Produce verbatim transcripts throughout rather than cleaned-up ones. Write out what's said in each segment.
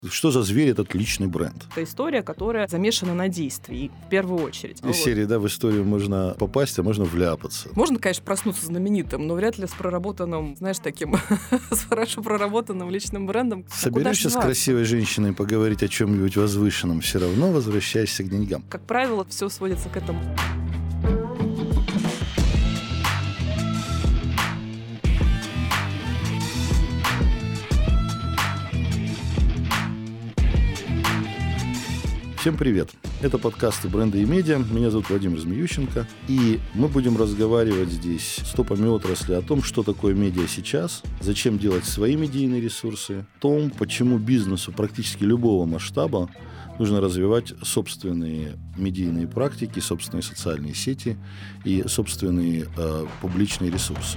Что за зверь этот личный бренд? Это история, которая замешана на действии, в первую очередь. Из вот. серии, да, в историю можно попасть, а можно вляпаться. Можно, конечно, проснуться знаменитым, но вряд ли с проработанным, знаешь, таким, с хорошо проработанным личным брендом. Соберешься с красивой женщиной поговорить о чем-нибудь возвышенном, все равно возвращаешься к деньгам. Как правило, все сводится к этому. Всем привет! Это подкасты «Бренды и медиа». Меня зовут Владимир Змеющенко. И мы будем разговаривать здесь с топами отрасли о том, что такое медиа сейчас, зачем делать свои медийные ресурсы, о том, почему бизнесу практически любого масштаба нужно развивать собственные медийные практики, собственные социальные сети и собственные э, публичные ресурсы.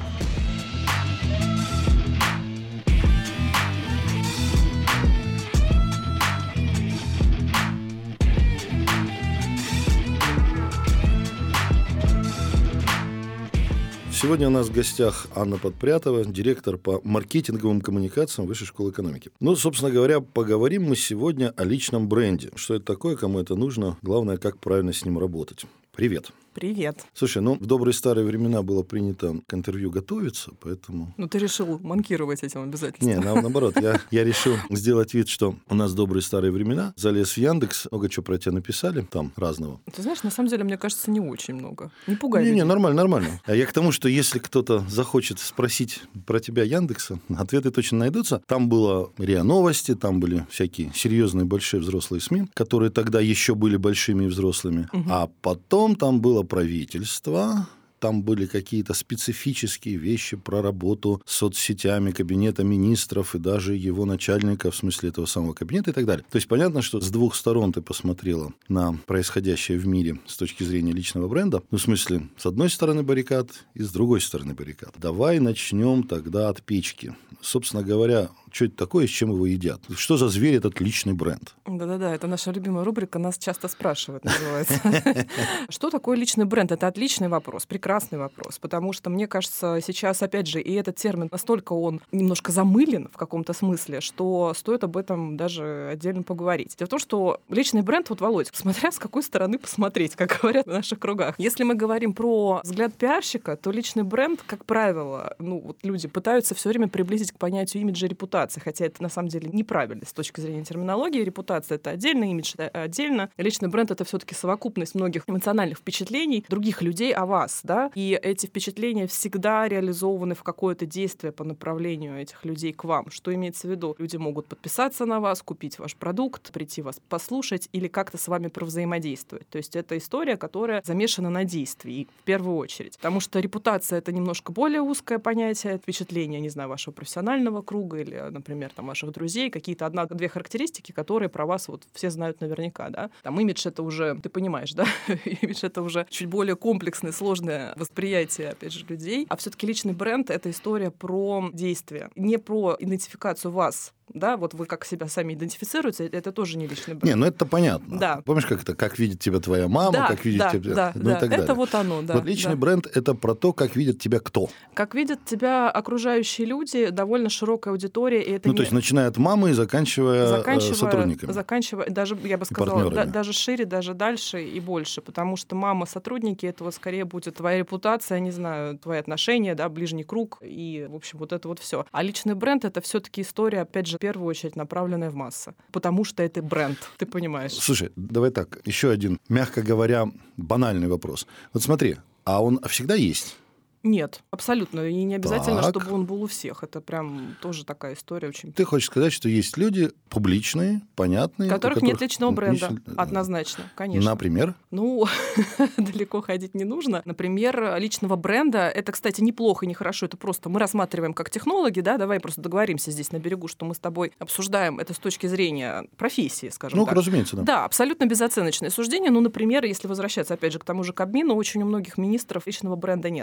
Сегодня у нас в гостях Анна Подпрятова, директор по маркетинговым коммуникациям Высшей школы экономики. Ну, собственно говоря, поговорим мы сегодня о личном бренде. Что это такое, кому это нужно, главное, как правильно с ним работать. Привет. Привет. Слушай, ну, в добрые старые времена было принято к интервью готовиться, поэтому... Ну, ты решил манкировать этим обязательством. Не, на, наоборот, я, я решил сделать вид, что у нас добрые старые времена. Залез в Яндекс, много чего про тебя написали, там, разного. Ты знаешь, на самом деле, мне кажется, не очень много. Не пугай. Не-не, нормально, нормально. А я к тому, что если кто-то захочет спросить про тебя Яндекса, ответы точно найдутся. Там было РИА Новости, там были всякие серьезные большие взрослые СМИ, которые тогда еще были большими и взрослыми. Угу. А потом там было правительство, там были какие-то специфические вещи про работу с соцсетями, кабинета министров и даже его начальника, в смысле этого самого кабинета и так далее. То есть понятно, что с двух сторон ты посмотрела на происходящее в мире с точки зрения личного бренда. Ну, в смысле, с одной стороны баррикад и с другой стороны баррикад. Давай начнем тогда от печки. Собственно говоря, что это такое, с чем его едят? Что за зверь этот личный бренд? Да-да-да, это наша любимая рубрика, нас часто спрашивают, называется. Что такое личный бренд? Это отличный вопрос, прекрасный вопрос, потому что, мне кажется, сейчас, опять же, и этот термин настолько он немножко замылен в каком-то смысле, что стоит об этом даже отдельно поговорить. Дело в том, что личный бренд, вот, Володь, смотря с какой стороны посмотреть, как говорят в наших кругах. Если мы говорим про взгляд пиарщика, то личный бренд, как правило, ну, вот люди пытаются все время приблизить к понятию имиджа и репутации, хотя это на самом деле неправильно с точки зрения терминологии. Репутация — это отдельно, имидж — это отдельно. Личный бренд — это все-таки совокупность многих эмоциональных впечатлений других людей о вас, да, и эти впечатления всегда реализованы в какое-то действие по направлению этих людей к вам. Что имеется в виду? Люди могут подписаться на вас, купить ваш продукт, прийти вас послушать или как-то с вами провзаимодействовать. То есть это история, которая замешана на действии в первую очередь. Потому что репутация — это немножко более узкое понятие, впечатление, не знаю, вашего профессионального круга или, например, там, ваших друзей, какие-то одна-две характеристики, которые про вас вот все знают наверняка, да. Там имидж — это уже, ты понимаешь, да, имидж — это уже чуть более комплексное, сложное восприятие, опять же, людей. А все-таки личный бренд — это история про действие, не про идентификацию вас. Да, вот вы как себя сами идентифицируете, это тоже не личный бренд. Не, ну это понятно. Да. Помнишь, как это, как видит тебя твоя мама, да, как видит да, тебя... Да, ну, да, и так это далее. вот оно, да. Вот личный да. бренд — это про то, как видят тебя кто. Как видят тебя окружающие люди, довольно широкая аудитория. И это ну, не... то есть, начиная от мамы и заканчивая, заканчивая сотрудниками. Заканчивая, даже, я бы сказала, да, даже шире, даже дальше и больше, потому что мама, сотрудники, это вот скорее будет твоя репутация, не знаю, твои отношения, да, ближний круг и, в общем, вот это вот все. А личный бренд — это все-таки история, опять же, в первую очередь направленная в массы. Потому что это бренд, ты понимаешь. Слушай, давай так, еще один, мягко говоря, банальный вопрос. Вот смотри, а он всегда есть? Нет, абсолютно. И не обязательно, так. чтобы он был у всех. Это прям тоже такая история очень... Ты хочешь сказать, что есть люди публичные, понятные... У которых, у которых нет личного бренда, лич... однозначно, конечно. Например? Ну, далеко ходить не нужно. Например, личного бренда, это, кстати, неплохо и нехорошо, это просто мы рассматриваем как технологи, да, давай просто договоримся здесь на берегу, что мы с тобой обсуждаем это с точки зрения профессии, скажем ну, так. Ну, разумеется, да. Да, абсолютно безоценочное суждение. Ну, например, если возвращаться, опять же, к тому же Кабмину, очень у многих министров личного бренда нет. Есть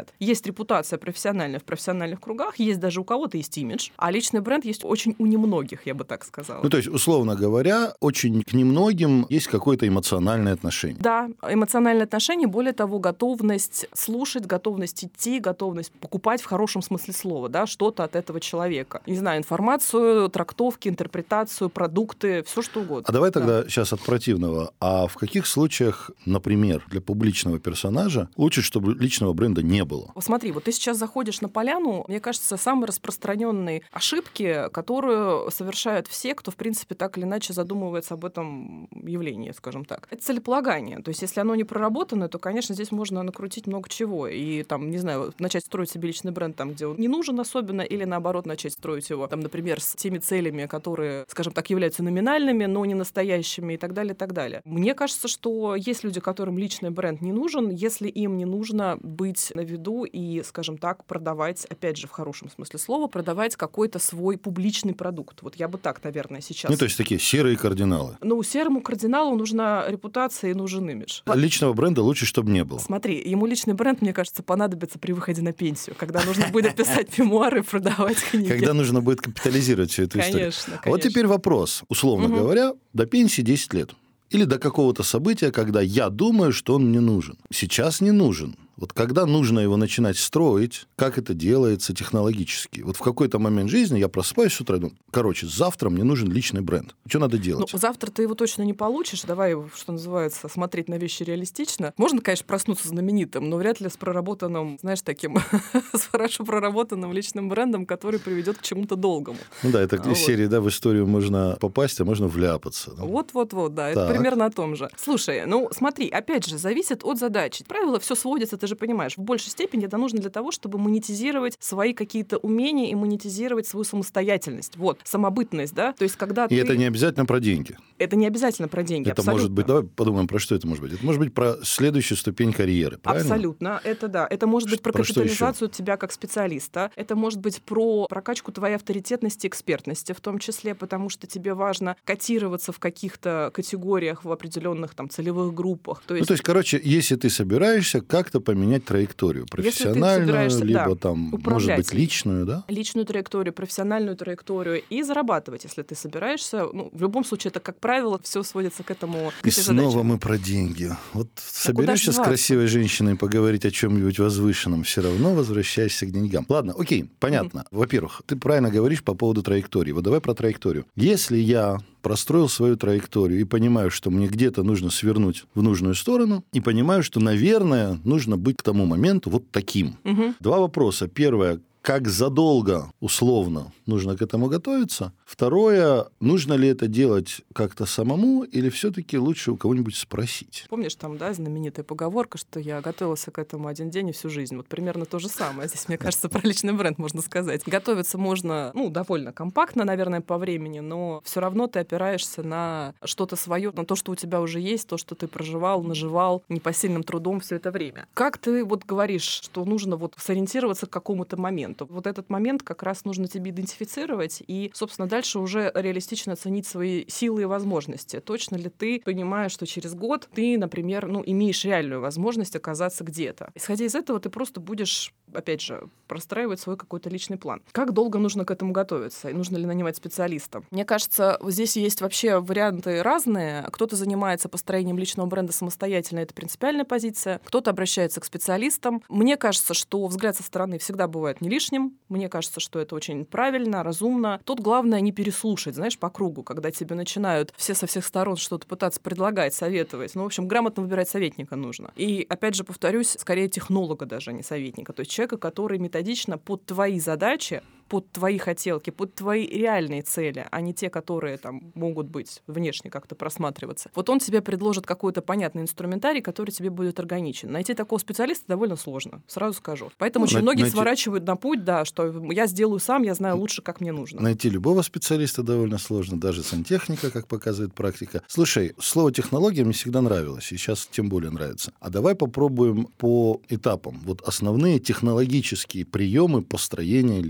репутация профессиональная в профессиональных кругах, есть даже у кого-то есть имидж, а личный бренд есть очень у немногих, я бы так сказала. Ну, то есть, условно говоря, очень к немногим есть какое-то эмоциональное отношение. Да, эмоциональное отношение, более того, готовность слушать, готовность идти, готовность покупать в хорошем смысле слова, да, что-то от этого человека. Не знаю, информацию, трактовки, интерпретацию, продукты, все что угодно. А давай тогда да. сейчас от противного. А в каких случаях, например, для публичного персонажа лучше, чтобы личного бренда не было? Смотри, вот ты сейчас заходишь на поляну, мне кажется, самые распространенные ошибки, которую совершают все, кто, в принципе, так или иначе задумывается об этом явлении, скажем так. Это целеполагание. То есть, если оно не проработано, то, конечно, здесь можно накрутить много чего. И, там, не знаю, начать строить себе личный бренд там, где он не нужен особенно, или, наоборот, начать строить его, там, например, с теми целями, которые, скажем так, являются номинальными, но не настоящими и так далее, и так далее. Мне кажется, что есть люди, которым личный бренд не нужен, если им не нужно быть на виду и, скажем так, продавать, опять же, в хорошем смысле слова, продавать какой-то свой публичный продукт. Вот я бы так, наверное, сейчас... Ну, то есть такие серые кардиналы. Ну, серому кардиналу нужна репутация и нужен имидж. Личного бренда лучше, чтобы не было. Смотри, ему личный бренд, мне кажется, понадобится при выходе на пенсию, когда нужно будет писать мемуары и продавать книги. Когда нужно будет капитализировать всю эту историю. Конечно, конечно. Вот теперь вопрос. Условно угу. говоря, до пенсии десять лет. Или до какого-то события, когда я думаю, что он мне нужен. Сейчас не нужен. Вот когда нужно его начинать строить, как это делается технологически. Вот в какой-то момент жизни я просыпаюсь с утра и думаю, короче, завтра мне нужен личный бренд. Что надо делать? Ну, завтра ты его точно не получишь. Давай, что называется, смотреть на вещи реалистично. Можно, конечно, проснуться знаменитым, но вряд ли с проработанным, знаешь, таким, с хорошо проработанным личным брендом, который приведет к чему-то долгому. Ну да, это из серии, да, в историю можно попасть, а можно вляпаться. Вот-вот-вот, да, это примерно о том же. Слушай, ну смотри, опять же, зависит от задачи. Правило, все сводится, ты же понимаешь, в большей степени это нужно для того, чтобы монетизировать свои какие-то умения и монетизировать свою самостоятельность. Вот, самобытность, да? То есть, когда и ты... это не обязательно про деньги. Это не обязательно про деньги, это абсолютно. Может быть, давай подумаем, про что это может быть. Это может быть про следующую ступень карьеры, правильно? Абсолютно, это да. Это может быть про, про капитализацию тебя как специалиста. Это может быть про прокачку твоей авторитетности, экспертности в том числе, потому что тебе важно котироваться в каких-то категориях, в определенных там целевых группах. То есть... Ну, то есть, короче, если ты собираешься как-то поменять траекторию, профессиональную, либо да, там, может быть, личную, да? Личную траекторию, профессиональную траекторию и зарабатывать, если ты собираешься. Ну, в любом случае, это, как правило, все сводится к этому. К и снова задаче. Мы про деньги. Вот а собираешься с красивой женщиной поговорить о чем-нибудь возвышенном, все равно возвращаешься к деньгам. Ладно, окей, понятно. Mm-hmm. Во-первых, ты правильно говоришь по поводу траектории. Вот давай про траекторию. Если я простроил свою траекторию и понимаю, что мне где-то нужно свернуть в нужную сторону, и понимаю, что, наверное, нужно быть к тому моменту вот таким. Угу. Два вопроса. Первое. Как задолго, условно, нужно к этому готовиться? Второе, нужно ли это делать как-то самому, или все-таки лучше у кого-нибудь спросить? Помнишь, там, да, знаменитая поговорка, что я готовился к этому один день и всю жизнь. Вот примерно то же самое. Здесь, мне кажется, про личный бренд можно сказать. Готовиться можно, ну, довольно компактно, наверное, по времени, но все равно ты опираешься на что-то свое, на то, что у тебя уже есть, то, что ты проживал, наживал непосильным трудом все это время. Как ты вот говоришь, что нужно вот сориентироваться к какому-то моменту? Вот этот момент как раз нужно тебе идентифицировать и, собственно, дальше уже реалистично оценить свои силы и возможности. Точно ли ты понимаешь, что через год ты, например, ну, имеешь реальную возможность оказаться где-то. Исходя из этого, ты просто будешь, опять же, простраивать свой какой-то личный план. Как долго нужно к этому готовиться? И нужно ли нанимать специалиста? Мне кажется, здесь есть вообще варианты разные. Кто-то занимается построением личного бренда самостоятельно, это принципиальная позиция. Кто-то обращается к специалистам. Мне кажется, что взгляд со стороны всегда бывает не лишним. Мне кажется, что это очень правильно, разумно. Тут главное не переслушать, знаешь, по кругу, когда тебе начинают все со всех сторон что-то пытаться предлагать, советовать. Ну, в общем, грамотно выбирать советника нужно. И, опять же, повторюсь, скорее технолога даже, а не советника. То есть человека, который методично под твои задачи, под твои хотелки, под твои реальные цели, а не те, которые там могут быть внешне как-то просматриваться. Вот он тебе предложит какой-то понятный инструментарий, который тебе будет органичен. Найти такого специалиста довольно сложно, сразу скажу. Поэтому ну, очень многие найти... сворачивают на путь, да, что я сделаю сам, я знаю лучше, как мне нужно. Найти любого специалиста довольно сложно, даже сантехника, как показывает практика. Слушай, слово технология мне всегда нравилось, и сейчас тем более нравится. А давай попробуем по этапам. Вот основные технологические приемы построения личного бренда.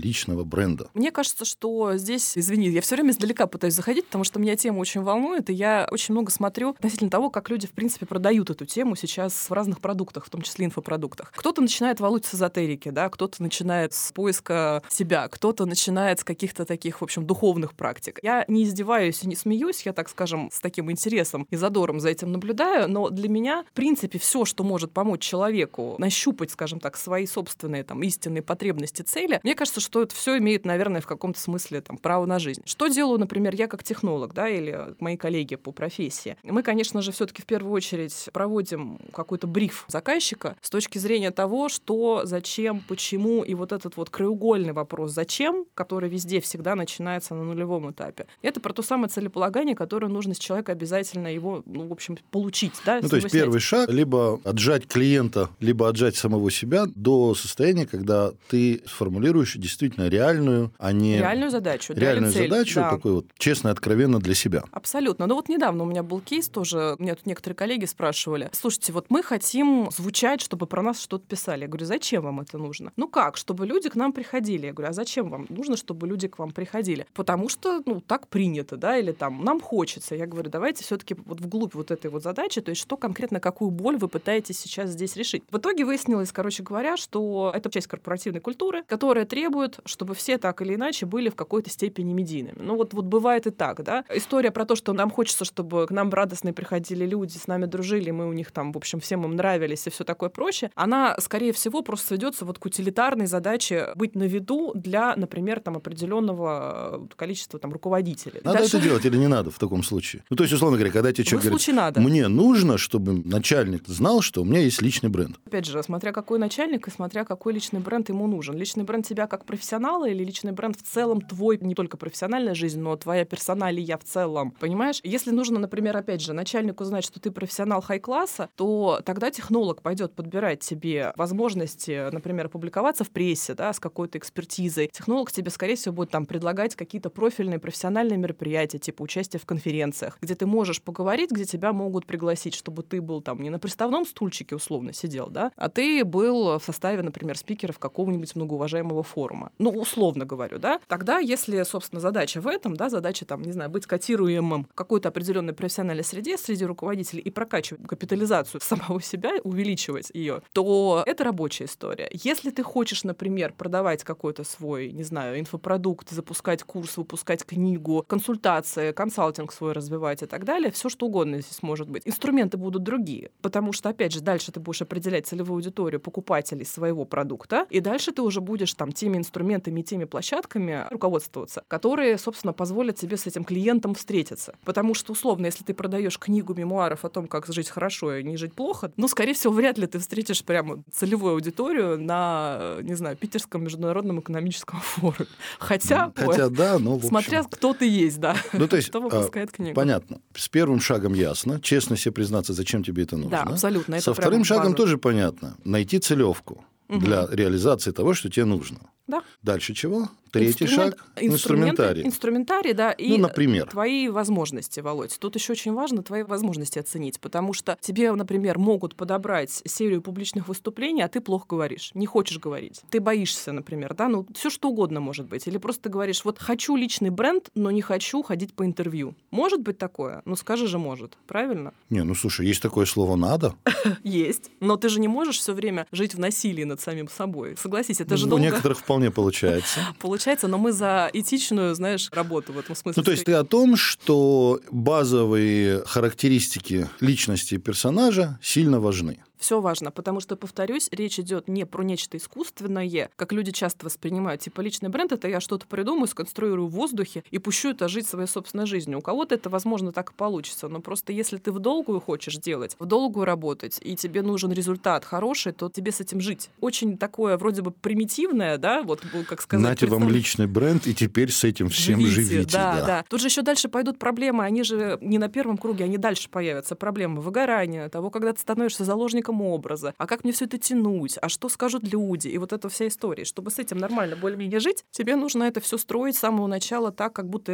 бренда? Мне кажется, что здесь, извини, я все время издалека пытаюсь заходить, потому что меня тема очень волнует, и я очень много смотрю относительно того, как люди, в принципе, продают эту тему сейчас в разных продуктах, в том числе инфопродуктах. Кто-то начинает волочь с эзотерики, да, кто-то начинает с поиска себя, кто-то начинает с каких-то таких, в общем, духовных практик. Я не издеваюсь и не смеюсь, я, так скажем, с таким интересом и задором за этим наблюдаю, но для меня, в принципе, все, что может помочь человеку нащупать, скажем так, свои собственные там истинные потребности, цели, мне кажется, что это все имеет, наверное, в каком-то смысле там право на жизнь. Что делаю, например, я как технолог, да, или мои коллеги по профессии? Мы, конечно же, все-таки в первую очередь проводим какой-то бриф заказчика с точки зрения того, что, зачем, почему, и вот этот вот краеугольный вопрос «зачем?», который везде всегда начинается на нулевом этапе. Это про то самое целеполагание, которое нужно с человека обязательно его, ну, в общем, получить. Да, ну, то есть первый шаг — либо отжать клиента, либо отжать самого себя до состояния, когда ты сформулируешь действительно реальную, а не... Реальную задачу. Реальную цель, задачу, да. такой вот честно и откровенно для себя. Абсолютно. Ну вот недавно у меня был кейс тоже, меня тут некоторые коллеги спрашивали: слушайте, вот мы хотим звучать, чтобы про нас что-то писали. Я говорю, зачем вам это нужно? Ну как? Чтобы люди к нам приходили. Я говорю, а зачем вам нужно, чтобы люди к вам приходили? Потому что, ну, так принято, да, или там, нам хочется. Я говорю, давайте все-таки вот вглубь вот этой вот задачи, то есть что конкретно, какую боль вы пытаетесь сейчас здесь решить. В итоге выяснилось, короче говоря, что это часть корпоративной культуры, которая требует, чтобы все так или иначе были в какой-то степени медийными. Ну вот, вот бывает и так, да. История про то, что нам хочется, чтобы к нам радостные приходили люди, с нами дружили, мы у них там, в общем, всем им нравились и все такое прочее, она, скорее всего, просто сведется вот к утилитарной задаче быть на виду для, например, там определенного количества там руководителей. Надо Дальше... это делать или не надо в таком случае? Ну, то есть, условно говоря, когда тебе человек говорит, надо. мне нужно, чтобы начальник знал, что у меня есть личный бренд. Опять же, смотря какой начальник и смотря какой личный бренд ему нужен. Личный бренд тебя как профессионала или личный бренд в целом твой, не только профессиональная жизнь, но твоя персоналия в целом. Понимаешь? Если нужно, например, опять же, начальнику знать, что ты профессионал хай-класса, то тогда технолог пойдет подбирать тебе возможности, например, публиковаться в прессе, да, с какой-то экспертизой. Технолог тебе, скорее всего, будет там предлагать какие-то профильные профессиональные мероприятия, типа участие в конференциях, где ты можешь поговорить, где тебя могут пригласить, чтобы ты был там не на приставном стульчике условно сидел, да, а ты был в составе, например, спикеров какого-нибудь многоуважаемого форума. Ну, условно говорю, да. Тогда, если, собственно, задача в этом, да, задача там, не знаю, быть котируемым в какой-то определенной профессиональной среде среди руководителей и прокачивать капитализацию самого себя, увеличивать ее, то это рабочая история. Если ты хочешь, например, продавать какой-то свой, не знаю, инфопродукт, запускать курс, выпускать книгу, консультации, консалтинг свой развивать и так далее, все что угодно здесь может быть. Инструменты будут другие, потому что, опять же, дальше ты будешь определять целевую аудиторию покупателей своего продукта, и дальше ты уже будешь там теми инструментами, теми площадками руководствоваться, которые, собственно, позволят тебе с этим клиентом встретиться. Потому что, условно, если ты продаешь книгу мемуаров о том, как жить хорошо и не жить плохо, ну, скорее всего, вряд ли ты встретишь прямо целевую аудиторию на, не знаю, Питерском международном экономическом форуме. Хотя, Хотя ой, да, но в общем... смотря кто ты есть, да, ну, то есть, кто выпускает книгу. Понятно. С первым шагом ясно, честно себе признаться, зачем тебе это нужно. Да, абсолютно. Со вторым шагом тоже понятно. Найти целевку угу. для реализации того, что тебе нужно. Да. Дальше чего? Третий Инструмент, шаг – инструментарий. Инструментарий, да, и ну, например. твои возможности, Володь. Тут еще очень важно твои возможности оценить, потому что тебе, например, могут подобрать серию публичных выступлений, а ты плохо говоришь, не хочешь говорить. Ты боишься, например, да, ну, все что угодно может быть. Или просто ты говоришь, вот хочу личный бренд, но не хочу ходить по интервью. Может быть такое? Ну, скажи же, может. Правильно? Не, ну, слушай, есть такое слово «надо». Есть. Но ты же не можешь все время жить в насилии над самим собой. Согласись, это же У долго... некоторых вполне получается. Получается, но мы за этичную, знаешь, работу в этом смысле. Ну, то есть ты о том, что базовые характеристики личности персонажа сильно важны. Все важно, потому что, повторюсь, речь идет не про нечто искусственное, как люди часто воспринимают. Типа личный бренд — это я что-то придумаю, сконструирую в воздухе и пущу это жить своей собственной жизнью. У кого-то это, возможно, так и получится, но просто если ты в долгую хочешь делать, в долгую работать, и тебе нужен результат хороший, то тебе с этим жить. Очень такое вроде бы примитивное, да, вот как сказать. Нате вам личный бренд, и теперь с этим всем живите. живите да, да. да. Тут же еще дальше пойдут проблемы, они же не на первом круге, они дальше появятся. Проблемы выгорания, того, когда ты становишься заложником образа, а как мне все это тянуть, а что скажут люди, и вот эта вся история. Чтобы с этим нормально более-менее жить, тебе нужно это все строить с самого начала так, как будто это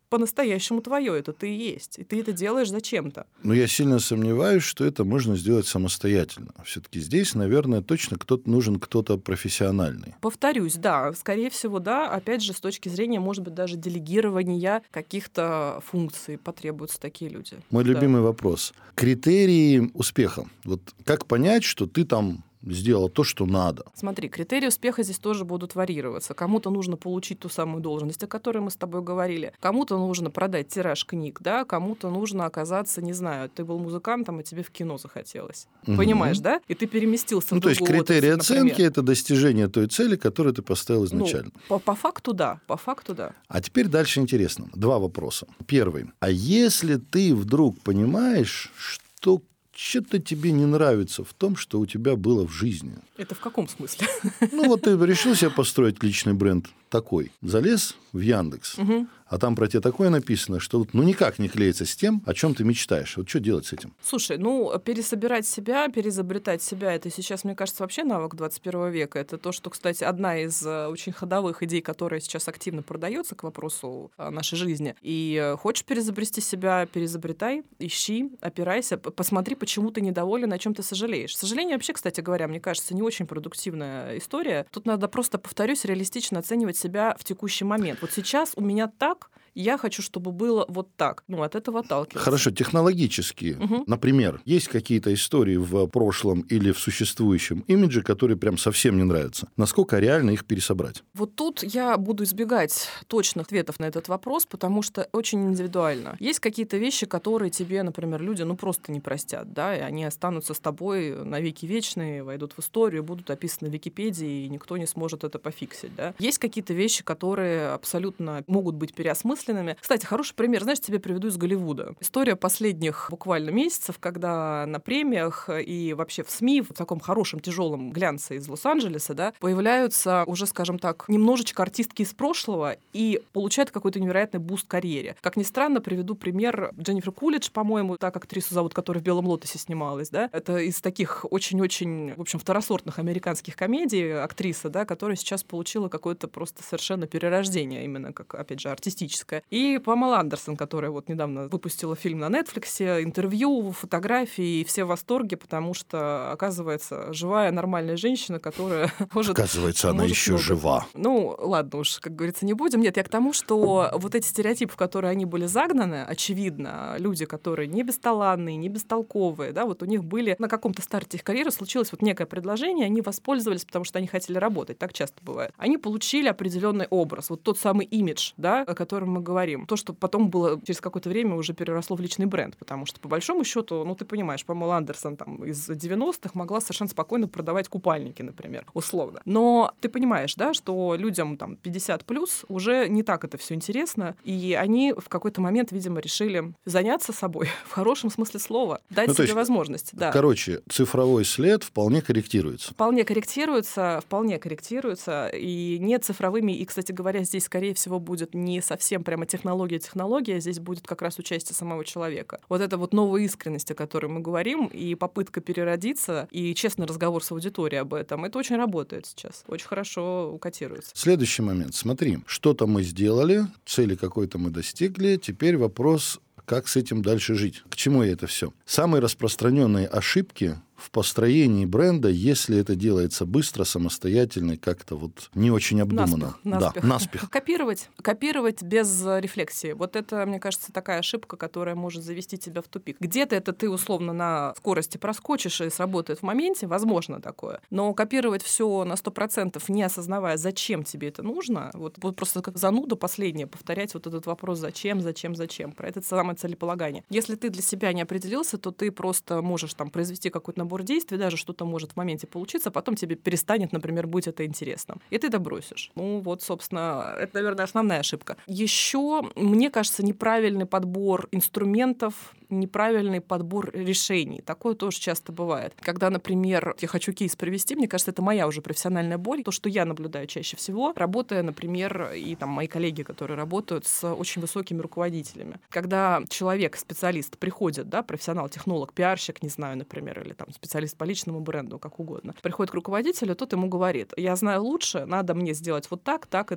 по-настоящему твое, это ты и есть. И ты это делаешь зачем-то. Но я сильно сомневаюсь, что это можно сделать самостоятельно. Все-таки здесь, наверное, точно кто-то нужен, кто-то профессиональный. Повторюсь, да, скорее всего, да. Опять же, с точки зрения, может быть, даже делегирования каких-то функций потребуются такие люди. Мой да. любимый вопрос. Критерии успеха. Вот как понять, что ты там сделал то, что надо? Смотри, критерии успеха здесь тоже будут варьироваться. Кому-то нужно получить ту самую должность, о которой мы с тобой говорили. Кому-то нужно продать тираж книг, да, кому-то нужно оказаться, не знаю, ты был музыкантом, а тебе в кино захотелось. Угу. Понимаешь, да? И ты переместился ну, в другую то есть критерий отрасль, оценки например. — это достижение той цели, которую ты поставил изначально. Ну, по, по факту да, по факту да. А теперь дальше интересно. Два вопроса. Первый. А если ты вдруг понимаешь, что что-то тебе не нравится в том, что у тебя было в жизни? Это в каком смысле? Ну, вот ты решил себе построить личный бренд такой. Залез в Яндекс, угу. а там про тебя такое написано, что ну никак не клеится с тем, о чем ты мечтаешь. Вот что делать с этим? Слушай, ну, пересобирать себя, переизобретать себя, это сейчас, мне кажется, вообще навык двадцать первого века. Это то, что, кстати, одна из очень ходовых идей, которая сейчас активно продается к вопросу нашей жизни. И хочешь переизобрести себя, переизобретай, ищи, опирайся, посмотри, почему ты недоволен, о чем ты сожалеешь. Сожаление вообще, кстати говоря, мне кажется, не очень продуктивная история. Тут надо просто, повторюсь, реалистично оценивать себя в текущий момент. Вот сейчас у меня так, я хочу, чтобы было вот так. Ну, от этого отталкиваться. Хорошо, технологически. Угу. Например, есть какие-то истории в прошлом или в существующем имидже, которые прям совсем не нравятся. Насколько реально их пересобрать? Вот тут я буду избегать точных ответов на этот вопрос, потому что очень индивидуально. Есть какие-то вещи, которые тебе, например, люди ну просто не простят, да, и они останутся с тобой навеки вечные, войдут в историю, будут описаны в Википедии, и никто не сможет это пофиксить, да. Есть какие-то вещи, которые абсолютно могут быть переосмысленными. Кстати, хороший пример, знаешь, тебе приведу из Голливуда. История последних буквально месяцев, когда на премиях и вообще в СМИ, в таком хорошем, тяжелом глянце из Лос-Анджелеса, да, появляются уже, скажем так, немножечко артистки из прошлого и получают какой-то невероятный буст в карьере. Как ни странно, приведу пример Дженнифер Кулидж, по-моему, так актрису зовут, которая в «Белом лотосе» снималась, да. Это из таких очень-очень, в общем, второсортных американских комедий актриса, да, которая сейчас получила какое-то просто совершенно перерождение, именно как, опять же, артистическое. И Памела Андерсон, которая вот недавно выпустила фильм на Netflix, интервью, фотографии, и все в восторге, потому что, оказывается, живая нормальная женщина, которая может... Оказывается, она еще много. Жива. Ну, ладно уж, как говорится, не будем. Нет, я к тому, что вот эти стереотипы, в которые они были загнаны, очевидно, люди, которые не бесталанные, не бестолковые, да, вот у них были на каком-то старте их карьеры случилось вот некое предложение, они воспользовались, потому что они хотели работать, так часто бывает. Они получили определенный образ, вот тот самый имидж, да, о котором мы говорим. То, что потом было через какое-то время уже переросло в личный бренд, потому что, по большому счету, ну, ты понимаешь, Памела Андерсон там из девяностых могла совершенно спокойно продавать купальники, например, условно. Но ты понимаешь, да, что людям там пятьдесят плюс уже не так это все интересно, и они в какой-то момент, видимо, решили заняться собой в хорошем смысле слова, дать ну, себе есть, возможность. Да. Короче, цифровой след вполне корректируется. Вполне корректируется, вполне корректируется, и не цифровыми, и, кстати говоря, здесь, скорее всего, будет не совсем прямо технология, технология, здесь будет как раз участие самого человека. Вот это вот новая искренность, о которой мы говорим, и попытка переродиться, и честный разговор с аудиторией об этом, это очень работает сейчас, очень хорошо котируется. Следующий момент. Смотри, что-то мы сделали, цели какой-то мы достигли, теперь вопрос, как с этим дальше жить. К чему я это все? Самые распространенные ошибки в построении бренда, если это делается быстро, самостоятельно, как-то вот не очень обдуманно. Наспех, наспех. Да, наспех. Копировать, копировать без рефлексии. Вот это, мне кажется, такая ошибка, которая может завести тебя в тупик. Где-то это ты условно на скорости проскочишь и сработает в моменте, возможно такое. Но копировать все на сто процентов, не осознавая, зачем тебе это нужно, вот, вот просто как зануда последняя, повторять вот этот вопрос «зачем, зачем, зачем?». Про это самое целеполагание. Если ты для себя не определился, то ты просто можешь там произвести какой-то набор действий, даже что-то может в моменте получиться, потом тебе перестанет, например, быть это интересно. И ты это бросишь. Ну вот, собственно, это, наверное, основная ошибка. Еще, мне кажется, неправильный подбор инструментов, неправильный подбор решений. Такое тоже часто бывает. Когда, например, я хочу кейс привести, мне кажется, это моя уже профессиональная боль, то, что я наблюдаю чаще всего, работая, например, и там мои коллеги, которые работают с очень высокими руководителями. Когда человек, специалист, приходит, да, профессионал, технолог, пиарщик, не знаю, например, или там специалист по личному бренду, как угодно, приходит к руководителю, тот ему говорит: я знаю лучше, надо мне сделать вот так, так и так.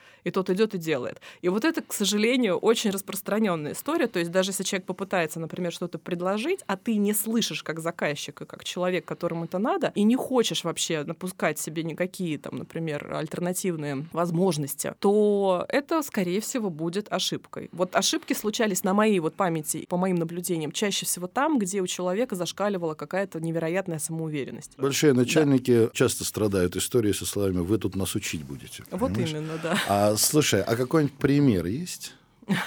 и тот идет и делает. И вот это, к сожалению, очень распространенная история. То есть даже если человек попытается, например, что-то предложить, а ты не слышишь как заказчик и как человек, которому это надо, и не хочешь вообще напускать себе никакие, там, например, альтернативные возможности, то это, скорее всего, будет ошибкой. Вот ошибки случались на моей вот памяти, по моим наблюдениям, чаще всего там, где у человека зашкаливала какая-то невероятная самоуверенность. Большие начальники да. часто страдают историей со словами «вы тут нас учить будете». Вот понимаешь? Именно, да. А слушай, а какой-нибудь пример есть?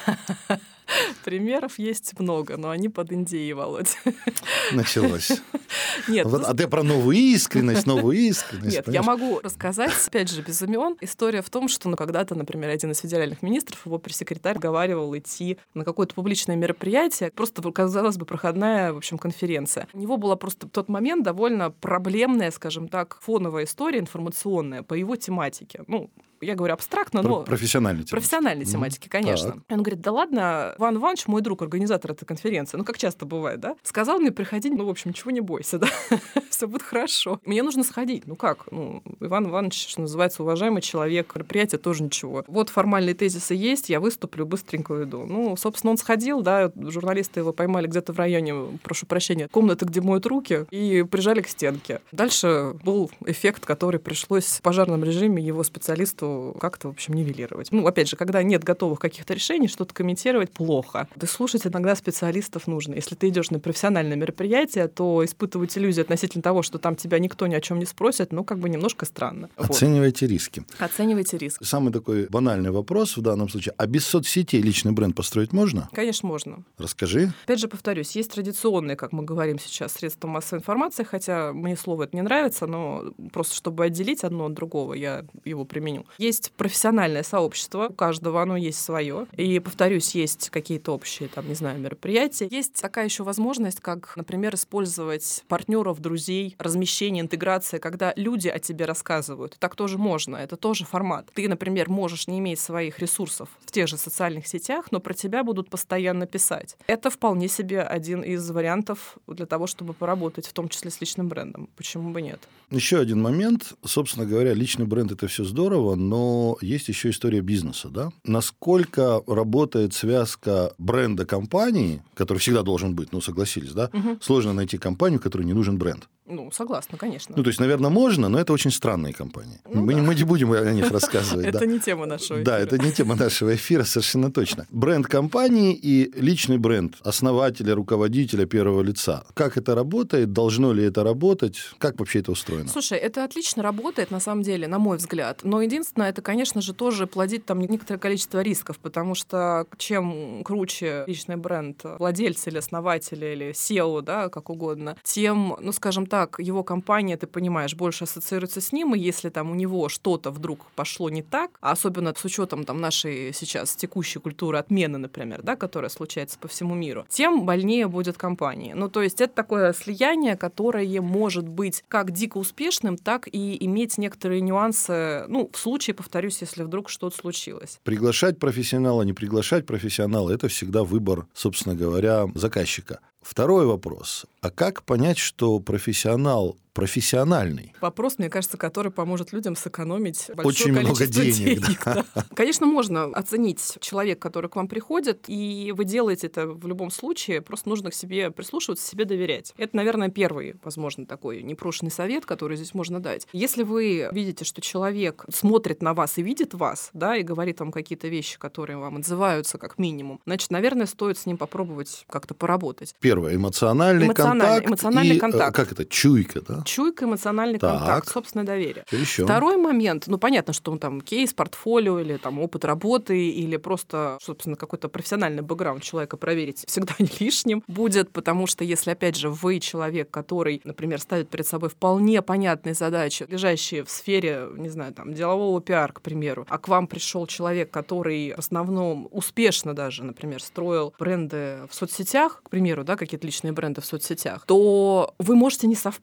Примеров есть много, но они под эн ди эй, Володь. Началось. Нет, вот, ну... А ты про новую искренность, новую искренность. Нет, понимаешь? я могу рассказать, опять же, без имен. История в том, что ну, когда-то, например, один из федеральных министров, его пресс-секретарь, говаривал идти на какое-то публичное мероприятие, просто, казалось бы, проходная, в общем, конференция. У него была просто в тот момент довольно проблемная, скажем так, фоновая история информационная по его тематике. Ну, я говорю абстрактно, но... Профессиональной тематики. Профессиональной тематики, конечно. Так. Он говорит, да ладно, Иван Иванович, мой друг, организатор этой конференции, ну, как часто бывает, да, сказал мне приходить, ну, в общем, ничего не бойся, да, все будет хорошо. Мне нужно сходить. Ну, как? Ну, Иван Иванович, что называется, уважаемый человек, мероприятие тоже ничего. Вот формальные тезисы есть, я выступлю, быстренько уйду. Ну, собственно, он сходил, да, журналисты его поймали где-то в районе, прошу прощения, комнаты, где моют руки, и прижали к стенке. Дальше был эффект, который пришлось в пожарном режиме его специалисту как-то, в общем, нивелировать. Ну, опять же, когда нет готовых каких-то решений, что-то комментировать плохо. Да слушать иногда специалистов нужно. Если ты идешь на профессиональное мероприятие, то испытывать иллюзии относительно того, что там тебя никто ни о чем не спросит, ну, как бы немножко странно. Оценивайте вот. риски. Оценивайте риски. Самый такой банальный вопрос в данном случае. А без соцсетей личный бренд построить можно? Конечно, можно. Расскажи. Опять же, повторюсь, есть традиционные, как мы говорим сейчас, средства массовой информации, хотя мне слово это не нравится, но просто чтобы отделить одно от другого, я его применю. Есть профессиональное сообщество, у каждого оно есть свое. И, повторюсь, есть какие-то общие, там, не знаю, мероприятия. Есть такая еще возможность, как, например, использовать партнеров, друзей, размещение, интеграция, когда люди о тебе рассказывают. Так тоже можно, это тоже формат. Ты, например, можешь не иметь своих ресурсов в тех же социальных сетях, но про тебя будут постоянно писать. Это вполне себе один из вариантов для того, чтобы поработать, в том числе с личным брендом. Почему бы нет? Еще один момент. Собственно говоря, личный бренд — это все здорово, но есть еще история бизнеса, да? Насколько работает связка бренда компании, который всегда должен быть, ну, согласились, да? Угу. Сложно найти компанию, которой не нужен бренд. Ну, согласна, конечно. Ну, то есть, наверное, можно, но это очень странные компании. Ну, мы, да. мы не будем о них рассказывать. Это не тема нашего эфира. Да, это не тема нашего эфира, совершенно точно. Бренд компании и личный бренд основателя, руководителя первого лица. Как это работает? Должно ли это работать? Как вообще это устроено? Слушай, это отлично работает, на самом деле, на мой взгляд. Но единственное, это, конечно же, тоже плодит там некоторое количество рисков, потому что чем круче личный бренд владельца или основателя, или сео, да, как угодно, тем, ну, скажем так, так, его компания, ты понимаешь, больше ассоциируется с ним, и если там у него что-то вдруг пошло не так, а особенно с учетом там нашей сейчас текущей культуры отмены, например, да, которая случается по всему миру, тем больнее будет компания. Ну, то есть это такое слияние, которое может быть как дико успешным, так и иметь некоторые нюансы, ну, в случае, повторюсь, если вдруг что-то случилось. Приглашать профессионала, не приглашать профессионала — это всегда выбор, собственно говоря, заказчика. Второй вопрос. А как понять, что профессионал профессиональный? Вопрос, мне кажется, который поможет людям сэкономить большое Очень количество много денег. денег. Да. Да. Конечно, можно оценить человека, который к вам приходит, и вы делаете это в любом случае, просто нужно к себе прислушиваться, себе доверять. Это, наверное, первый, возможно, такой непрошенный совет, который здесь можно дать. Если вы видите, что человек смотрит на вас и видит вас, да, и говорит вам какие-то вещи, которые вам отзываются как минимум, значит, наверное, стоит с ним попробовать как-то поработать. Первое — эмоциональный, эмоциональный контакт. Эмоциональный и, контакт. Как это? Чуйка, да? Чуйка, эмоциональный так. контакт, собственное доверие. Еще. Второй момент, ну, понятно, что он там кейс, портфолио или там опыт работы, или просто, собственно, какой-то профессиональный бэкграунд человека проверить всегда не лишним будет, потому что если, опять же, вы человек, который, например, ставит перед собой вполне понятные задачи, лежащие в сфере, не знаю, там, делового пиар, к примеру, а к вам пришел человек, который в основном успешно даже, например, строил бренды в соцсетях, к примеру, да, какие-то личные бренды в соцсетях, то вы можете не совпасть профессионально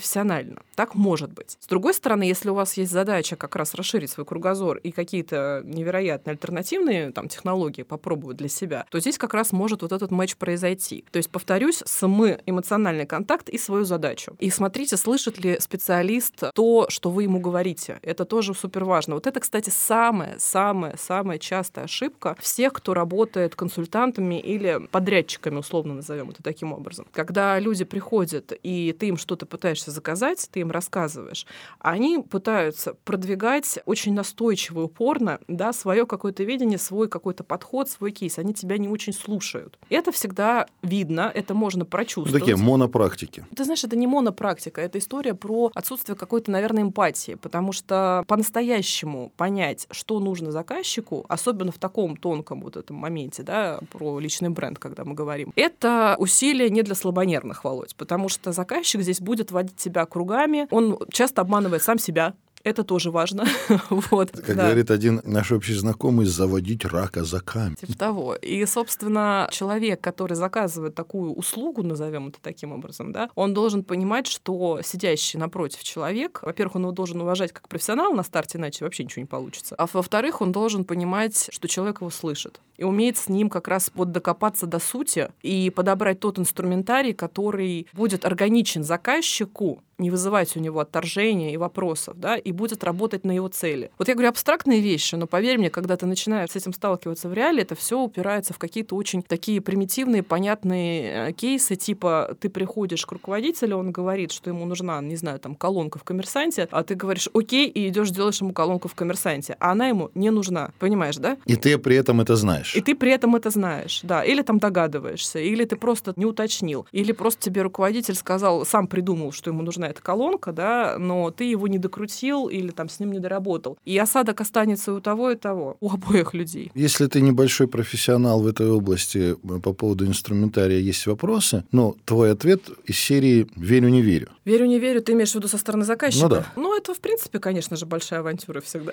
профессионально. Так может быть. С другой стороны, если у вас есть задача как раз расширить свой кругозор и какие-то невероятные альтернативные там, технологии попробовать для себя, то здесь как раз может вот этот матч произойти. То есть, повторюсь, мы эмоциональный контакт и свою задачу. И смотрите, слышит ли специалист то, что вы ему говорите. Это тоже супер важно. Вот это, кстати, самая-самая-самая частая ошибка всех, кто работает консультантами или подрядчиками, условно назовем это таким образом. Когда люди приходят, и ты им что-то пытаешься заказать, ты им рассказываешь, они пытаются продвигать очень настойчиво и упорно, да, свое какое-то видение, свой какой-то подход, свой кейс. Они тебя не очень слушают. Это всегда видно, это можно прочувствовать. Ну, такие монопрактики. Ты знаешь, это не монопрактика, это история про отсутствие какой-то, наверное, эмпатии, потому что по-настоящему понять, что нужно заказчику, особенно в таком тонком вот этом моменте, да, про личный бренд, когда мы говорим, это усилие не для слабонервных, Володь, потому что заказчик здесь будет водить тебя кругами, он часто обманывает сам себя. Это тоже важно. Вот, как да. говорит один наш общий знакомый, заводить рака за камень. Типа того. И, собственно, человек, который заказывает такую услугу, назовем это таким образом, да, он должен понимать, что сидящий напротив человек, во-первых, он его должен уважать как профессионал на старте, иначе вообще ничего не получится. А во-вторых, он должен понимать, что человек его слышит. И умеет с ним как раз вот докопаться до сути и подобрать тот инструментарий, который будет органичен заказчику, не вызывать у него отторжения и вопросов, да, и будет работать на его цели. Вот я говорю абстрактные вещи, но поверь мне, когда ты начинаешь с этим сталкиваться в реале, это все упирается в какие-то очень такие примитивные, понятные кейсы, типа ты приходишь к руководителю, он говорит, что ему нужна, не знаю, там, колонка в «Коммерсанте», а ты говоришь «окей», и идешь делаешь ему колонку в «Коммерсанте», а она ему не нужна, понимаешь, да? И ты при этом это знаешь. И ты при этом это знаешь, да. Или там догадываешься, или ты просто не уточнил, или просто тебе руководитель сказал, сам придумал, что ему нужна эта колонка, да, но ты его не докрутил или там с ним не доработал. И осадок останется и у того, и того, у обоих людей. Если ты небольшой профессионал в этой области, по поводу инструментария есть вопросы, но твой ответ из серии «верю, не верю». Верю, не верю, ты имеешь в виду со стороны заказчика? Ну да. Ну, это, в принципе, конечно же, большая авантюра всегда.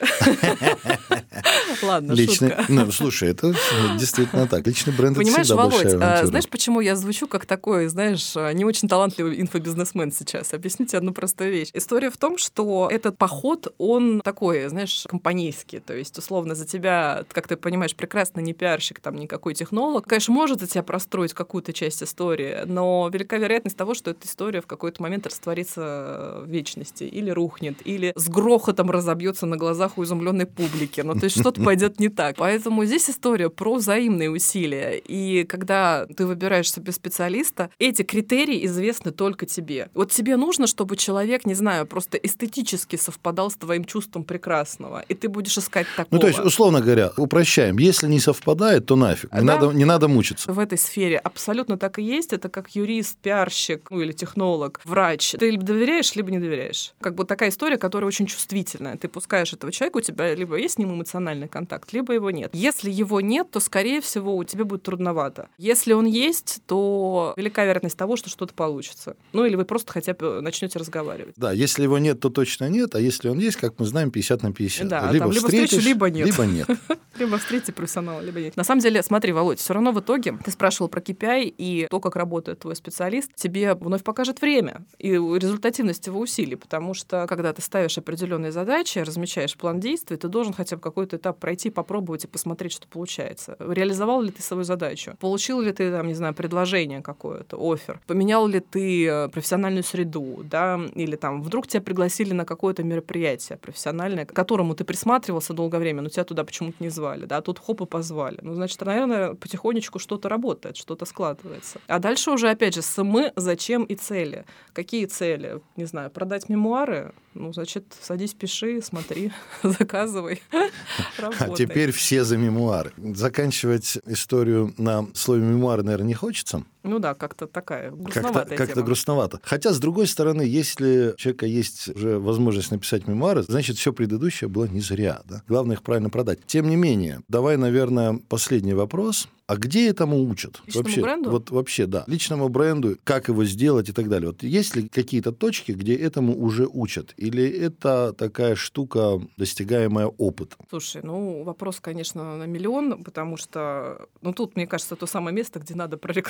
Ладно, Личный, шутка. Ну, слушай, это действительно так. Личный бренд — это Понимаешь, всегда Володь, большая авантюра. знаешь, почему я звучу как такой, знаешь, не очень талантливый инфобизнесмен сейчас? Объясню тебе одну простую вещь. История в том, что этот поход, он такой, знаешь, компанейский. То есть, условно, за тебя, как ты понимаешь, прекрасно не пиарщик, там, никакой технолог. Конечно, может за тебя простроить какую-то часть истории, но велика вероятность того, что эта история в какой-то момент растворится в вечности или рухнет, или с грохотом разобьется на глазах у изумленной публики. Ну, то есть что-то пойдет не так. Поэтому здесь история про взаимные усилия. И когда ты выбираешь себе специалиста, эти критерии известны только тебе. Вот тебе нужно, чтобы человек, не знаю, просто эстетически совпадал с твоим чувством прекрасного, и ты будешь искать такого. Ну, то есть, условно говоря, упрощаем. Если не совпадает, то нафиг. Не, Да. надо, не надо мучиться. В этой сфере абсолютно так и есть. Это как юрист, пиарщик, ну, или технолог, врач. Ты либо доверяешь, либо не доверяешь. Как бы такая история, которая очень чувствительная. Ты пускаешь этого человека, у тебя либо есть с ним эмоциональный контакт, либо его нет. Если его нет, то, скорее всего, у тебя будет трудновато. Если он есть, то велика вероятность того, что что-то получится. Ну, или вы просто хотя бы начнете разговаривать. Да, если его нет, то точно нет, а если он есть, как мы знаем, пятьдесят на пятьдесят. Да, либо там либо встретишь, встречу, либо нет. Либо нет. Либо встретите профессионала, либо нет. На самом деле, смотри, Володь, все равно в итоге ты спрашивал про кей пи ай, и то, как работает твой специалист, тебе вновь покажет время и результативность его усилий, потому что, когда ты ставишь определенные задачи, размечаешь план действий, ты должен хотя бы какой-то этап пройти, попробовать и посмотреть, что получается. Реализовал ли ты свою задачу? Получил ли ты, там, не знаю, предложение какое-то, оффер? Поменял ли ты профессиональную среду, да? Или там вдруг тебя пригласили на какое-то мероприятие профессиональное, к которому ты присматривался долгое время, но тебя туда почему-то не звали, да? Тут хоп и позвали. Ну, значит, наверное, потихонечку что-то работает, что-то складывается. А дальше уже, опять же, СМы, зачем и цели. Какие цели? Не знаю, продать мемуары? Ну, значит, садись, пиши, смотри, заказывай, работай. А теперь все за мемуары. Заканчивать историю на слове мемуары, наверное, не хочется. Ну да, как-то такая грустноватая Как-то, тема. как-то грустновато. Хотя, с другой стороны, если у человека есть уже возможность написать мемуары, значит, все предыдущее было не зря. Да? Главное их правильно продать. Тем не менее, давай, наверное, последний вопрос. А где этому учат? Личному вообще, бренду? Вот вообще, да. Личному бренду, как его сделать и так далее. Вот есть ли какие-то точки, где этому уже учат? Или это такая штука, достигаемая опытом? Слушай, ну, вопрос, конечно, на миллион, потому что, ну, тут, мне кажется, то самое место, где надо прорекламировать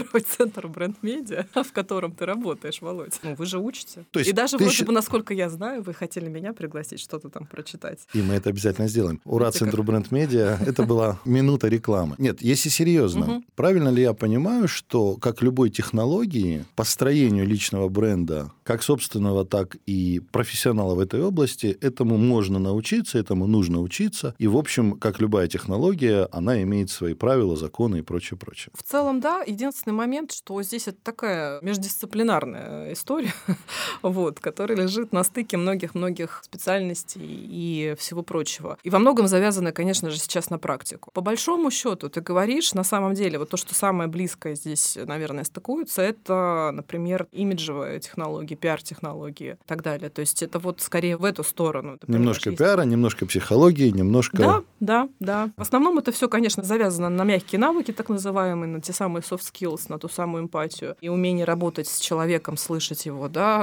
рекламировать центр бренд-медиа, в котором ты работаешь, Володь. Ну, вы же учите. То есть и даже ты вроде щ- бы, насколько я знаю, вы хотели меня пригласить, что-то там прочитать. И мы это обязательно сделаем. Ура Видите, Центру как- бренд-медиа. Это была минута рекламы. Нет, если серьезно, Мгм. правильно ли я понимаю, что, как любой технологии, построению личного бренда, как собственного, так и профессионала в этой области, этому можно научиться, этому нужно учиться. И, в общем, как любая технология, она имеет свои правила, законы и прочее, прочее. В целом, да. Единственный момент, что здесь это такая междисциплинарная история, вот, которая лежит на стыке многих-многих специальностей и всего прочего. И во многом завязана, конечно же, сейчас на практику. По большому счету, ты говоришь, на самом деле, вот то, что самое близкое здесь, наверное, стыкуется, это, например, имиджевые технологии, пиар-технологии и так далее. То есть это вот скорее в эту сторону. Например, Немножко есть- пиара, немножко психологии, немножко... Да, да, да. В основном это все, конечно, завязано на мягкие навыки, так называемые, на те самые soft skills, на ту самую эмпатию и умение работать с человеком, слышать его, да.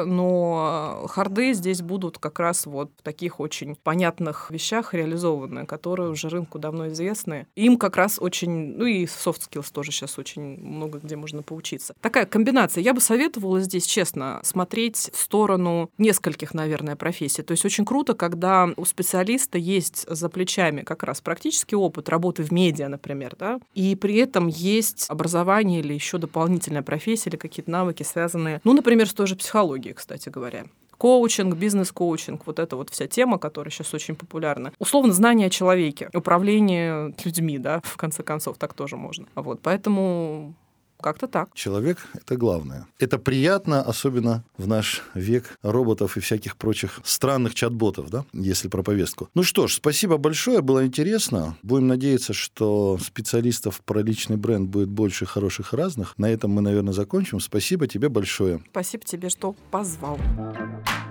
Но харды здесь будут как раз вот в таких очень понятных вещах реализованы, которые уже рынку давно известны. Им как раз очень, ну и soft skills тоже сейчас очень много где можно поучиться. Такая комбинация. Я бы советовала здесь, честно, смотреть в сторону нескольких, наверное, профессий. То есть очень круто, когда у специалиста есть за плечами как раз практический опыт работы в медиа, например, да, и при этом есть образование или еще дополнительная профессия или какие-то навыки, связанные, ну, например, с той же психологией, кстати говоря. Коучинг, бизнес-коучинг, вот эта вот вся тема, которая сейчас очень популярна. Условно, знание о человеке, управление людьми, да, в конце концов, так тоже можно. Вот, поэтому... Как-то так. Человек – это главное. Это приятно, особенно в наш век роботов и всяких прочих странных чат-ботов, да, если про повестку. Ну что ж, спасибо большое, было интересно. Будем надеяться, что специалистов про личный бренд будет больше, хороших и разных. На этом мы, наверное, закончим. Спасибо тебе большое. Спасибо тебе, что позвал.